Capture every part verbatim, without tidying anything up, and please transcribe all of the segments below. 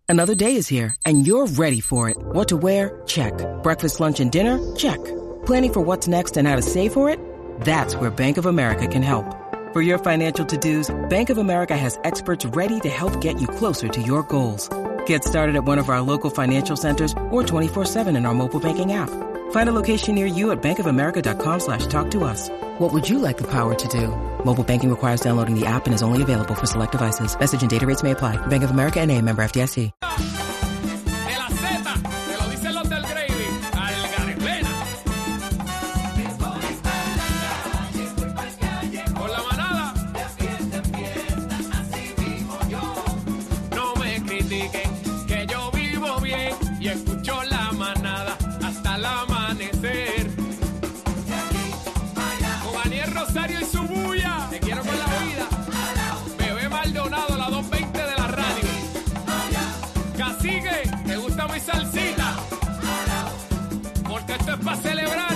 Another day is here, and you're ready for it. What to wear? Check. Breakfast, lunch, and dinner? Check. Planning for what's next and how to save for it? That's where Bank of America can help. For your financial to-dos, Bank of America has experts ready to help get you closer to your goals. Get started at one of our local financial centers or twenty-four seven in our mobile banking app. Find a location near you at bankofamerica.com slash talk to us. What would you like the power to do? Mobile banking requires downloading the app and is only available for select devices. Message and data rates may apply. Bank of America N A, member F D I C. De la Z, te lo dicen los del Gravy, al Gareplena. Con la manada. No me critiquen, que yo vivo bien y escucho la manada hasta el amanecer. Con Aniel Rosario y su bulla, te quiero con la vida. Bebé Maldonado, la doscientos veinte de la radio. Cacique, ¿te gusta mi salsita? Porque esto es para celebrar.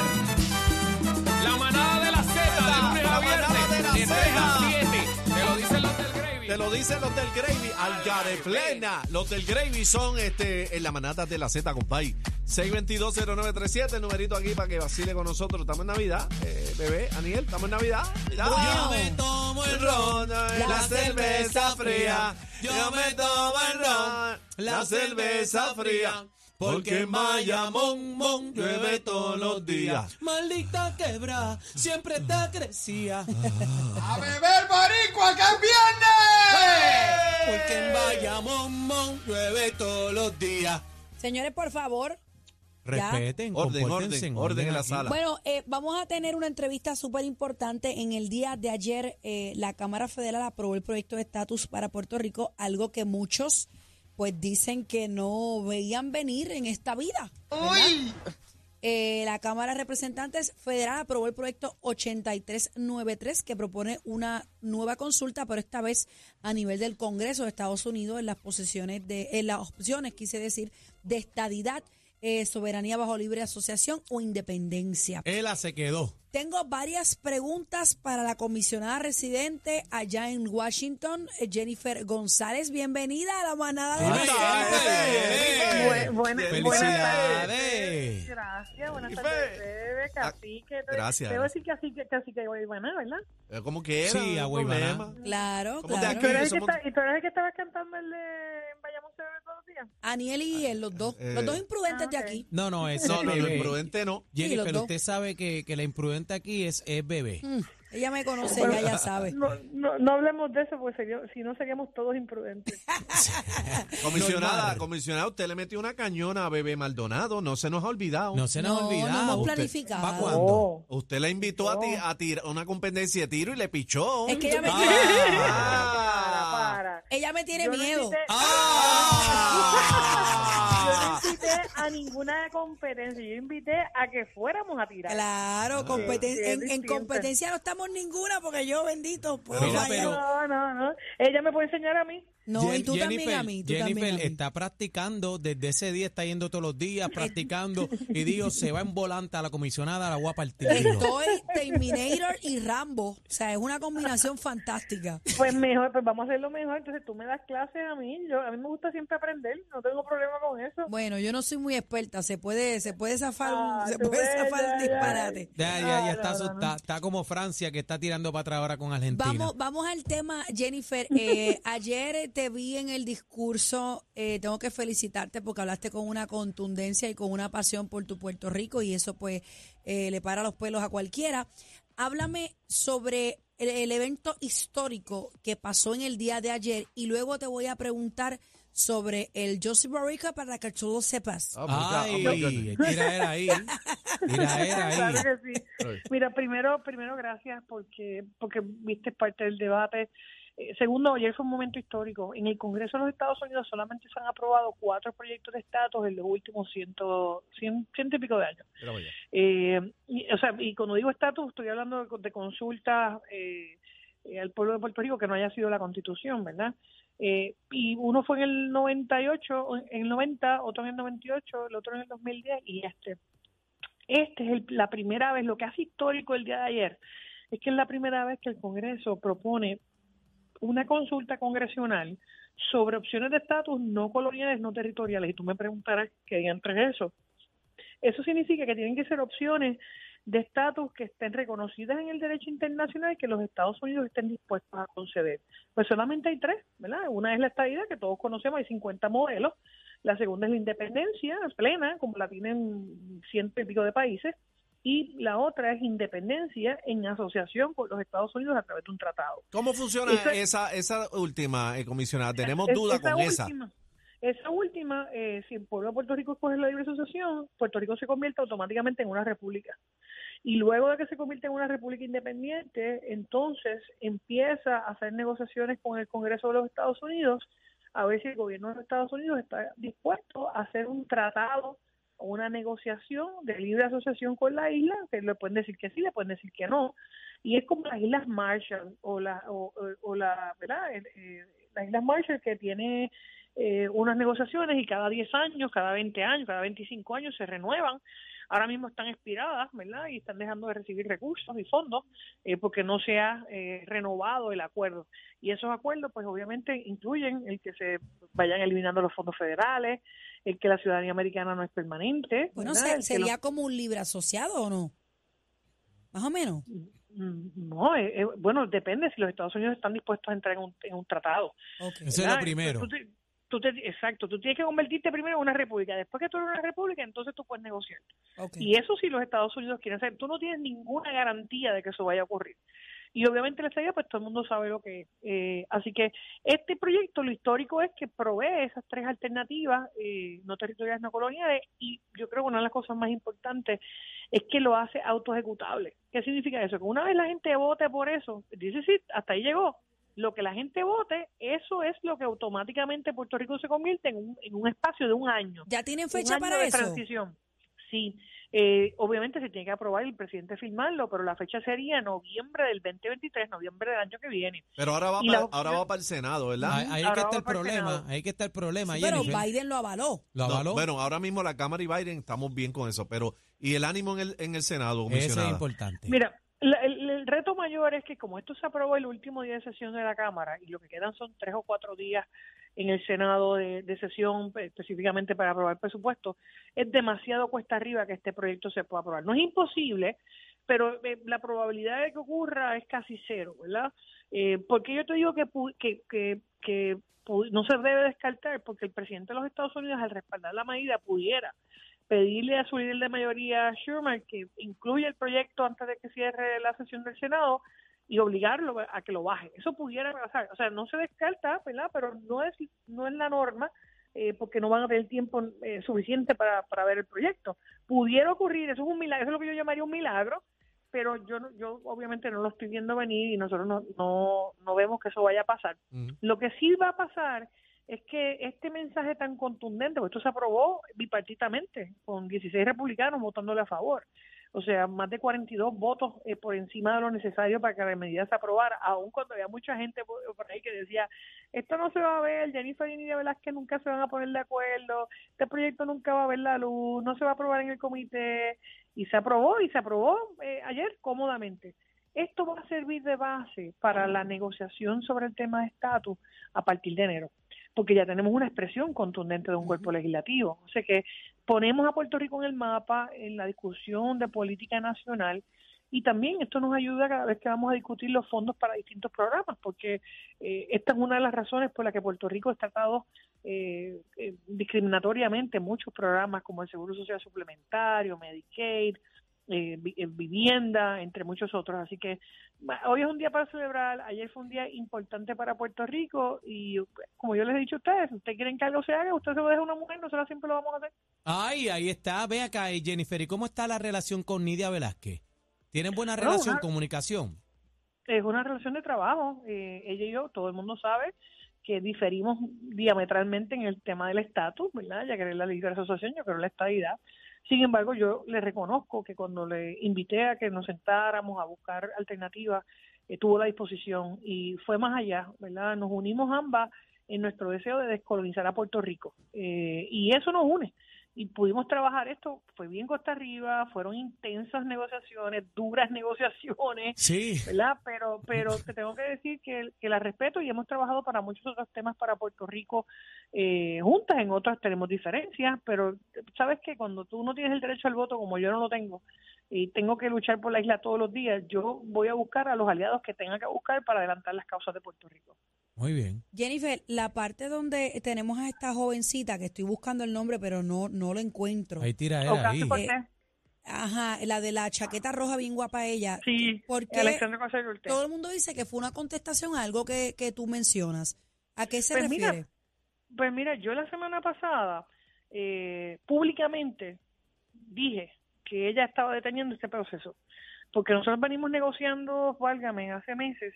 La manada de la Z, de lunes a viernes, de tres a siete. Te lo dicen los del Gravy. Te lo dicen los del Gravy, Algareplena. Los del Gravy son este, en la manada de la Z, compay. seis dos dos, cero nueve tres siete, el numerito aquí para que vacile con nosotros. Estamos en Navidad, eh, bebé, Aniel, estamos en Navidad. Navidad. Yo me tomo el ron, la cerveza fría. Yo me tomo el ron, la cerveza fría. Porque en Bayamón, mon, llueve todos los días. Maldita quebra, siempre te crecía. ¡A beber boricua, que es viernes! Porque en Bayamón, mon, llueve todos los días. Señores, por favor. Respeten, Orden, compórtense orden, orden en la aquí. sala. Bueno, eh, vamos a tener una entrevista súper importante. En el día de ayer, eh, la Cámara Federal aprobó el proyecto de estatus para Puerto Rico, algo que muchos pues dicen que no veían venir en esta vida. ¡Uy! Eh, la Cámara de Representantes Federal aprobó el proyecto ochenta y tres noventa y tres que propone una nueva consulta, pero esta vez a nivel del Congreso de Estados Unidos en las posiciones de, en las opciones, quise decir, de estadidad, eh, soberanía bajo libre asociación o independencia. Ela se quedó. Tengo varias preguntas para la comisionada residente allá en Washington, eh, Jennifer González. Bienvenida a la manada de Ay, la ay, Z. ay, Bu- buena- ¡Felicidades! Gracias, buenas Y tardes, fe- bebé, cacique. te- gracias. Debo decir cacique, cacique, buena, ¿verdad? Eh, ¿Cómo que era? Sí, No hay Agüeymaná. problema. Claro, ¿Cómo te claro. ¿Tú eres, el que somos- está- ¿Y tú eres el que estabas cantando el de Vayamos a beber todos los días? Aniel y él, los dos, Eh, los dos imprudentes ah, de ok. aquí. No, no, es No, no, no, bebé. imprudente no. Jenny, los pero dos. usted sabe que, que la imprudente aquí es, es bebé. Mm, ella me conoce, ella ya sabe. No, no, no hablemos de eso, porque sería- si no seríamos todos imprudentes. Comisionada, Normal. comisionada, usted le metió una cañona a Bebé Maldonado, no se nos ha olvidado. No se nos No, ha olvidado. no hemos Usted- planificado. ¿Pa' cuándo? Oh. Usted la invitó a, ti- a tirar una competencia de tiro y le pichó. Es que ella me, Ah. Para, para. ella me tiene Yo no miedo. invité- ¡Ah! Yo no invité a ninguna competencia, yo invité a que fuéramos a tirar. Claro, competen- sí, es en, en distinto. competencia no estamos ninguna porque yo, bendito, pues, Mira, vaya. pero- No, no, no. Ella me puede enseñar a mí. No, y Jen- tú también Jennifer, a mí, tú Jennifer también a mí. está practicando, desde ese día está yendo todos los días practicando y dijo, se va en volante a la comisionada, la voy a partir. dijo. Estoy Terminator y Rambo. O sea, es una combinación fantástica. Pues mejor, pues vamos a hacerlo mejor. Entonces tú me das clases a mí. Yo, a mí me gusta siempre aprender. No tengo problema con eso. Bueno, yo no soy muy experta. Se puede, se puede zafar, un- Ah, se tú puede ves, zafar un ya, ya. disparate. Ya, ya, ya Ah, está, no, no, asustada. no. Está como Francia que está tirando para atrás ahora con Argentina. Vamos, vamos al tema, Jennifer. Eh, ayer eh, te vi en el discurso. Eh, tengo que felicitarte porque hablaste con una contundencia y con una pasión por tu Puerto Rico y eso pues eh, le para los pelos a cualquiera. Háblame sobre el, el evento histórico que pasó en el día de ayer y luego te voy a preguntar sobre el Joseph Borica para que tú lo sepas. Oh my God, oh my Ay, God. tira era ahí. Tira era ahí. Claro que sí. Mira, primero, primero gracias porque, porque viste parte del debate. Eh, segundo, ayer fue un momento histórico. En el Congreso de los Estados Unidos solamente se han aprobado cuatro proyectos de estatus en los últimos ciento, cien, ciento y pico de años. Mira, vaya. Eh, y, o sea, y cuando digo estatus, estoy hablando de, de consultas eh, eh, al pueblo de Puerto Rico que no haya sido la Constitución, ¿verdad? Eh, y uno fue en el noventa y ocho, en el noventa, otro en el noventa y ocho, el otro en el dos mil diez y este. Este es el, la primera vez, lo que hace histórico el día de ayer, es que es la primera vez que el Congreso propone una consulta congresional sobre opciones de estatus no coloniales, no territoriales. Y tú me preguntarás qué diantre es eso. Eso significa que tienen que ser opciones de estatus que estén reconocidas en el derecho internacional y que los Estados Unidos estén dispuestos a conceder. Pues solamente hay tres, ¿verdad? Una es la estadidad, que todos conocemos, hay cincuenta modelos. La segunda es la independencia plena, como la tienen ciento y pico de países. Y la otra es independencia en asociación con los Estados Unidos a través de un tratado. ¿Cómo funciona esa, esa esa última, eh, comisionada? Tenemos es, duda esa con última, esa. Esa última, eh, si el pueblo de Puerto Rico escoge la libre asociación, Puerto Rico se convierte automáticamente en una república. Y luego de que se convierte en una república independiente, entonces empieza a hacer negociaciones con el Congreso de los Estados Unidos a ver si el gobierno de los Estados Unidos está dispuesto a hacer un tratado o una negociación de libre asociación con la isla, que le pueden decir que sí, le pueden decir que no. Y es como las Islas Marshall o la, o, o, o la, ¿verdad? Eh, las Islas Marshall, que tiene eh, unas negociaciones y cada diez años, cada veinte años, cada veinticinco años se renuevan. Ahora mismo están expiradas, ¿verdad? Y están dejando de recibir recursos y fondos eh, porque no se ha eh, renovado el acuerdo. Y esos acuerdos, pues obviamente incluyen el que se vayan eliminando los fondos federales, el que la ciudadanía americana no es permanente. Bueno, se, ¿sería los... como un libre asociado o no? Más o menos. No, eh, eh, bueno, depende si los Estados Unidos están dispuestos a entrar en un, en un tratado. Okay. Eso es lo primero. Tú te, tú te, exacto, tú tienes que convertirte primero en una república. Después que tú eres una república, entonces tú puedes negociar. Okay. Y eso sí los Estados Unidos quieren hacer. Tú no tienes ninguna garantía de que eso vaya a ocurrir. Y obviamente la estadía, pues todo el mundo sabe lo que es. Eh, así que este proyecto, lo histórico es que provee esas tres alternativas, eh, no territoriales, no coloniales, y yo creo que una de las cosas más importantes es que lo hace autoejecutable. ¿Qué significa eso? Que una vez la gente vote por eso, dice, sí, hasta ahí llegó. Lo que la gente vote, eso es lo que automáticamente Puerto Rico se convierte en un, en un espacio de un año. ¿Ya tienen fecha un año para de eso? transición. Sí. Eh, obviamente se tiene que aprobar y el presidente firmarlo, pero la fecha sería noviembre del veinte veintitrés, noviembre del año que viene. Pero ahora va, Y para, la- ahora va para el Senado, ¿verdad? Ahí, ahí Ahora que está va el para el problema, Senado. ahí que está el problema, Sí, pero Jennifer. Biden lo avaló. ¿Lo No, avaló? bueno, ahora mismo la Cámara y Biden estamos bien con eso, pero ¿y el ánimo en el, en el Senado, Eso comisionada? es importante. Mira, la- el, el reto mayor es que como esto se aprobó el último día de sesión de la Cámara y lo que quedan son tres o cuatro días en el Senado de, de sesión eh, específicamente para aprobar presupuesto, es demasiado cuesta arriba que este proyecto se pueda aprobar. No es imposible, pero eh, la probabilidad de que ocurra es casi cero, ¿verdad? Eh, porque yo te digo que, pu- que, que, que pu- no se debe descartar, porque el presidente de los Estados Unidos, al respaldar la medida, pudiera pedirle a su líder de mayoría, Schumer, que incluya el proyecto antes de que cierre la sesión del Senado y obligarlo a que lo baje. Eso pudiera pasar. O sea, no se descarta, ¿verdad? Pero no es no es la norma, eh, porque no van a tener tiempo eh, suficiente para, para ver el proyecto. Pudiera ocurrir, eso es un milagro, eso es lo que yo llamaría un milagro, pero yo no- yo obviamente no lo estoy viendo venir y nosotros no, no, no vemos que eso vaya a pasar. Ujú. Lo que sí va a pasar es que este mensaje tan contundente, porque esto se aprobó bipartitamente, con dieciséis republicanos votándole a favor, o sea, más de cuarenta y dos votos eh, por encima de lo necesario para que la medida se aprobara, aun cuando había mucha gente por, por ahí que decía, esto no se va a ver, Jennifer y Nidia Velázquez nunca se van a poner de acuerdo, este proyecto nunca va a ver la luz, no se va a aprobar en el comité, y se aprobó, y se aprobó eh, ayer cómodamente. Esto va a servir de base para la negociación sobre el tema de estatus a partir de enero, porque ya tenemos una expresión contundente de un cuerpo legislativo. O sea que ponemos a Puerto Rico en el mapa en la discusión de política nacional y también esto nos ayuda cada vez que vamos a discutir los fondos para distintos programas, porque eh, esta es una de las razones por las que Puerto Rico es tratado eh, eh, discriminatoriamente en muchos programas como el Seguro Social Suplementario, Medicaid, eh, vi- eh, vivienda, entre muchos otros. Así que bah, hoy es un día para celebrar, ayer fue un día importante para Puerto Rico y pues, como yo les he dicho a ustedes, si ustedes quieren que algo se haga, usted se lo deja a una mujer, nosotros siempre lo vamos a hacer. Ay, ahí está. Ve acá, eh, Jennifer, ¿y cómo está la relación con Nidia Velázquez? ¿Tienen buena Bueno, relación, una- comunicación? Es una relación de trabajo, eh, ella y yo, todo el mundo sabe que diferimos diametralmente en el tema del estatus, ¿verdad? Ya que es la libre asociación, yo creo la estadidad. Sin embargo, yo le reconozco que cuando le invité a que nos sentáramos a buscar alternativas, eh, tuvo la disposición y fue más allá, ¿verdad? Nos unimos ambas en nuestro deseo de descolonizar a Puerto Rico eh, y eso nos une. y pudimos trabajar esto. Fue bien costa arriba, fueron intensas negociaciones, duras negociaciones, Sí. ¿verdad? Pero pero te tengo que decir que, que la respeto y hemos trabajado para muchos otros temas para Puerto Rico eh, juntas, en otras tenemos diferencias, pero sabes que cuando tú no tienes el derecho al voto, como yo no lo tengo, y tengo que luchar por la isla todos los días, yo voy a buscar a los aliados que tenga que buscar para adelantar las causas de Puerto Rico. Muy bien. Jennifer, la parte donde tenemos a esta jovencita, que estoy buscando el nombre, pero no no lo encuentro. Ahí tira él Ocasio ahí. Cortez. Eh, Ajá, la de la chaqueta roja bien guapa ella. Sí, ¿Por qué Alexandria Ocasio Cortez. todo el mundo dice que fue una contestación a algo que, que tú mencionas? ¿A qué se Pues mira, refiere? Pues mira, yo la semana pasada eh, públicamente dije que ella estaba deteniendo este proceso, porque nosotros venimos negociando, válgame, hace meses,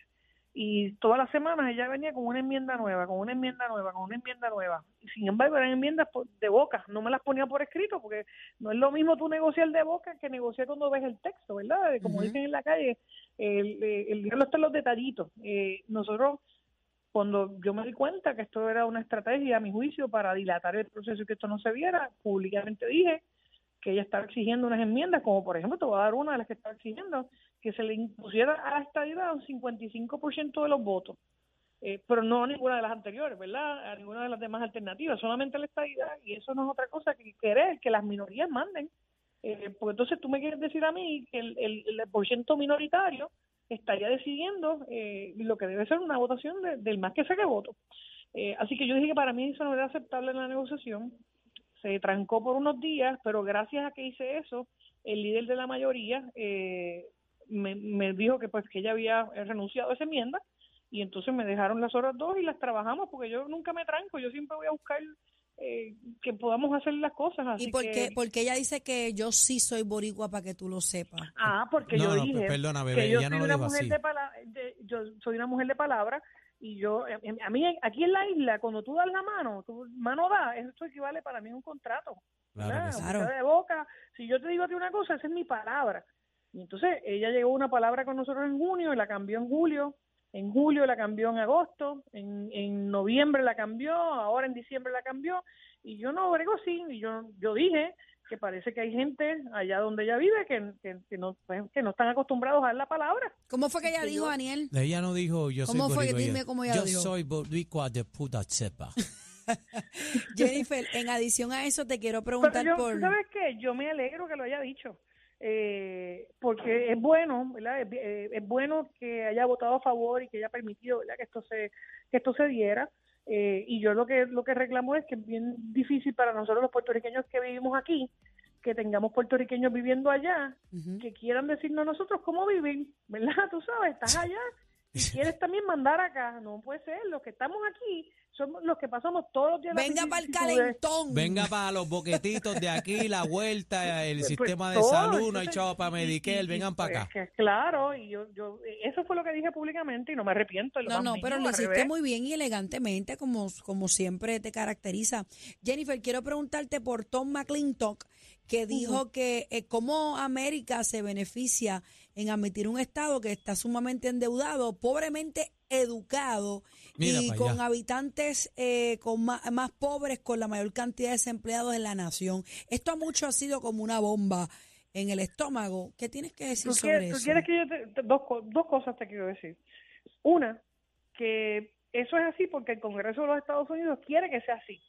y todas las semanas ella venía con una enmienda nueva, con una enmienda nueva, con una enmienda nueva. Y sin embargo, eran enmiendas por- de boca, no me las ponía por escrito, porque no es lo mismo tú negociar de boca que negociar cuando ves el texto, ¿verdad? Como Ujú. dicen en la calle, el, el, el diablo está en los detallitos. Eh, nosotros, cuando yo me di cuenta que esto era una estrategia, a mi juicio, para dilatar el proceso y que esto no se viera, públicamente dije que ella estaba exigiendo unas enmiendas, como por ejemplo, te voy a dar una de las que estaba exigiendo, que se le impusiera a la estadidad un cincuenta y cinco por ciento de los votos, eh, pero no a ninguna de las anteriores, ¿verdad? A ninguna de las demás alternativas, solamente a la estadidad, y eso no es otra cosa que querer que las minorías manden, eh, porque entonces tú me quieres decir a mí que el, el, el por ciento minoritario estaría decidiendo eh, lo que debe ser una votación de, del más que saque voto. Eh, así que yo dije que para mí eso no era aceptable en la negociación. Se trancó por unos días, pero gracias a que hice eso, el líder de la mayoría eh, me, me dijo que pues que ella había renunciado a esa enmienda, y entonces me dejaron las horas dos y las trabajamos, porque yo nunca me tranco, yo siempre voy a buscar eh, que podamos hacer las cosas. Así ¿Y por que, qué? Porque ella dice que yo sí soy boricua, para que tú lo sepas. Ah, porque No, yo no, dije perdona, bebé, que yo ella soy no lo una dijo mujer así. de palabra, yo soy una mujer de palabra, y yo, a, a mí aquí en la isla, cuando tú das la mano, tu mano da, eso equivale para mí a un contrato. Claro ¿verdad? que sí. Claro. Aunque sea de boca, si yo te digo a ti una cosa, esa es mi palabra. Y entonces ella llegó una palabra con nosotros en junio, y la cambió en julio, en julio la cambió en agosto, en, en noviembre la cambió, ahora en diciembre la cambió, y yo no brego así, y yo, yo dije que parece que hay gente allá donde ella vive que, que, que no, pues, que no están acostumbrados a dar la palabra. ¿Cómo fue que ella que dijo, yo- Daniel? Ella no dijo yo soy ¿Cómo fue? boricua. Dime cómo ella yo lo dijo. soy boricua de puta cepa. Jennifer, en adición a eso, te quiero Pero preguntar yo, por... ¿tú ¿sabes qué? Yo me alegro que lo haya dicho, eh, porque es bueno, ¿verdad? Es, eh, es bueno que haya votado a favor y que haya permitido, ¿verdad? Que esto se que esto se diera. Eh, y yo lo que lo que reclamo es que es bien difícil para nosotros los puertorriqueños que vivimos aquí, que tengamos puertorriqueños viviendo allá, Ujú. que quieran decirnos a nosotros cómo vivir, ¿verdad? Tú sabes, estás allá y quieres también mandar acá. No puede ser, los que estamos aquí somos los que pasamos todos los días las Venga para el vicisitudes. calentón. Venga para los boquetitos de aquí, la vuelta, el Pues, sistema de todo, salud, no hay entonces, chavo para y- Medicare, y- vengan y, para pues, acá. que claro, y yo, yo, eso fue lo que dije públicamente y no me arrepiento. en lo No, más no, mínimo, pero lo al hiciste revés. muy bien y elegantemente, como, como siempre te caracteriza. Jennifer, quiero preguntarte por Tom McClintock, que dijo que eh, cómo América se beneficia en admitir un Estado que está sumamente endeudado, pobremente educado Mira y pa' con allá. habitantes eh, con más, más pobres, con la mayor cantidad de desempleados en la nación. Esto a muchos ha sido como una bomba en el estómago. ¿Qué tienes que decir ¿Tú sobre quieres, tú eso? quieres que yo te, te- dos, co- dos cosas te quiero decir. Una, que eso es así porque el Congreso de los Estados Unidos quiere que sea así.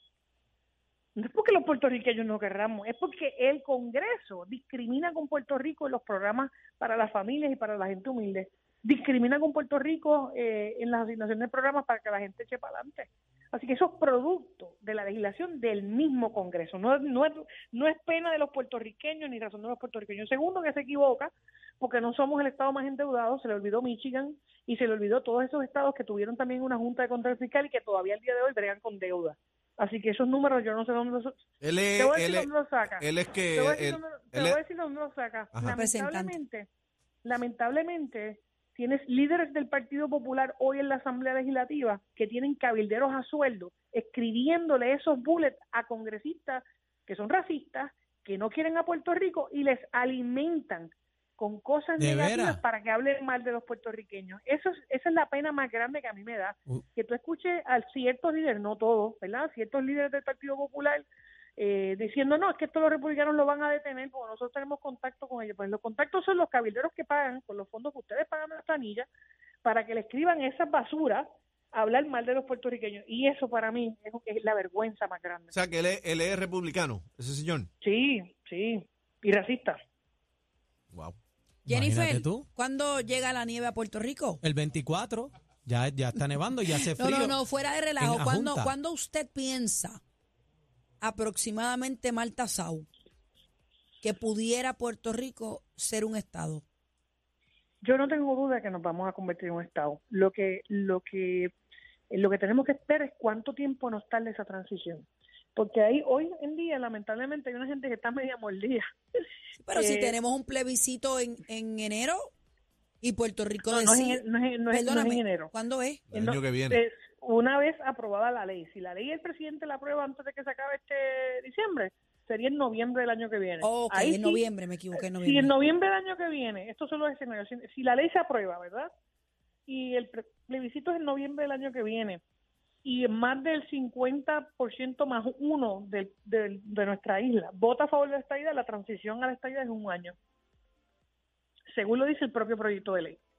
No es porque los puertorriqueños no querramos, es porque el Congreso discrimina con Puerto Rico en los programas para las familias y para la gente humilde. Discrimina con Puerto Rico eh, en las asignaciones de programas para que la gente eche para adelante. Así que eso es producto de la legislación del mismo Congreso. No, es- no, es, no es pena de los puertorriqueños ni razón de los puertorriqueños. Segundo, que se equivoca porque no somos el estado más endeudado. Se le olvidó Michigan y se le olvidó todos esos estados que tuvieron también una junta de control fiscal y que todavía al día de hoy bregan con deuda. Así que esos números yo no sé dónde los... Él Te es, voy a decir él es, dónde los saca. él es que... Te voy a decir él- dónde, te él voy es- a decir dónde lo saca. Ajá. Lamentablemente, lamentablemente, tienes líderes del Partido Popular hoy en la Asamblea Legislativa que tienen cabilderos a sueldo escribiéndole esos bullets a congresistas que son racistas, que no quieren a Puerto Rico y les alimentan con cosas ¿De negativas veras? para que hablen mal de los puertorriqueños. Eso es, esa es la pena más grande que a mí me da, Uh. que tú escuches a ciertos líderes, no todos, ¿verdad? Ciertos líderes del Partido Popular eh, diciendo, no, es que esto los republicanos lo van a detener porque nosotros tenemos contacto con ellos. Pues los contactos son los cabilderos que pagan con los fondos que ustedes pagan a las planillas para que le escriban esas basuras a hablar mal de los puertorriqueños. Y eso para mí es, es la vergüenza más grande. O sea, que él es, él es republicano, ese señor. Sí, sí, y racista. Wow. Jennifer, Imagínate tú. ¿cuándo llega la nieve a Puerto Rico? El veinticuatro, ya, ya está nevando, ya hace No, frío. no, no, fuera de relajo. En ¿Cuándo, Ajunta. ¿Cuándo usted piensa aproximadamente, Marta Sau, que pudiera Puerto Rico ser un estado? Yo no tengo duda que nos vamos a convertir en un estado. Lo que, lo que, lo que tenemos que esperar es cuánto tiempo nos tarda esa transición. Porque ahí hoy en día, lamentablemente, hay una gente que está media mordida. Pero Eh, si tenemos un plebiscito en, en enero y Puerto Rico No, no es, decide... en, no, es, no, es, no es Perdóname, en enero. ¿cuándo es? El No, año que viene. es una vez aprobada la ley. Si la ley el presidente la aprueba antes de que se acabe este diciembre, sería en noviembre del año que viene. Oh, ok, Ahí en sí, noviembre, me equivoqué, en Si noviembre. en noviembre del año que viene, estos son los escenarios, si, si la ley se aprueba, ¿verdad? Y el pre- plebiscito es en noviembre del año que viene, y más del cincuenta por ciento más uno del- del- de nuestra isla vota a favor de esta isla, la transición a la estadía es un año, según lo dice el propio proyecto de ley.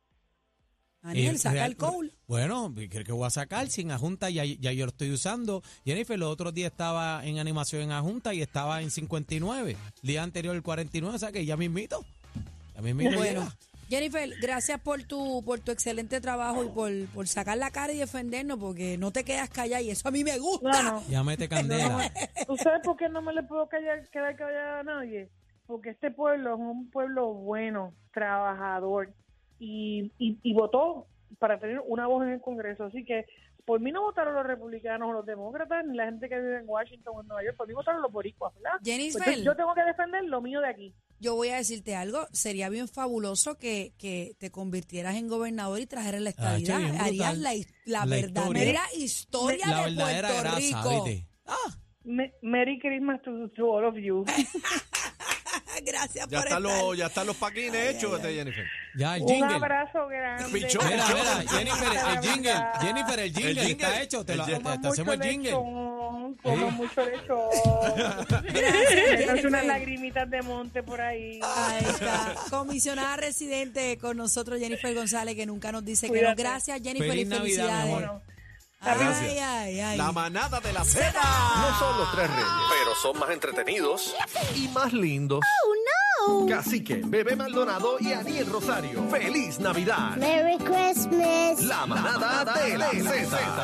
Daniel, Y saca real- el cowl. Bueno, creo que voy a sacar sin Ajunta, ya, ya yo lo estoy usando. Jennifer, los otros días estaba en animación en Ajunta y estaba en cincuenta y nueve. El día anterior el cuarenta y nueve, o sea que ya mismito. Ya mismito Bueno, llega. Jennifer, gracias por tu por tu excelente trabajo y por, por sacar la cara y defendernos, porque no te quedas callada y eso a mí me gusta. No, no. Ya mete candela. ¿Tú sabes por qué no me le puedo callar, quedar callada a nadie? Porque este pueblo es un pueblo bueno, trabajador, y, y, y votó para tener una voz en el Congreso. Así que por mí no votaron los republicanos o los demócratas, ni la gente que vive en Washington o en Nueva York, por mí votaron los boricuas, ¿verdad? Jennifer. Pues yo tengo que defender lo mío de aquí. Yo voy a decirte algo, sería bien fabuloso que, que te convirtieras en gobernador y trajeras la Ah, estadidad. che, bien Harías brutal. la, his- la La verdadera historia, La de verdadera Puerto grasa, Rico. ¿viste? Ah, Me- Merry Christmas to, to all of you. Gracias Ya por están estar. los, ya están los paquines hechos, este Jennifer. ya el Un jingle. abrazo grande. Pichón. Mira, mira, Mucha Jennifer, el jingle, Navidad. Jennifer, el jingle, El jingle. está hecho, te, lo- El te- jingle. te Como hacemos el mucho jingle. lechón, como Sí. mucho lechón. Gracias, Échate unas Jennifer. lagrimitas de monte por ahí. Ahí está. Comisionada residente con nosotros, Jennifer González, que nunca nos dice que no. Cuídate. Gracias, Jennifer, Feliz y Navidad, mi felicidades. amor. Bueno, Ay, ay, ay. La manada de la Z. No son los tres reyes, pero son más entretenidos y más lindos. ¡Oh, no! Cacique, Bebé Maldonado y Aniel Rosario. ¡Feliz Navidad! Merry Christmas. La manada de la Z.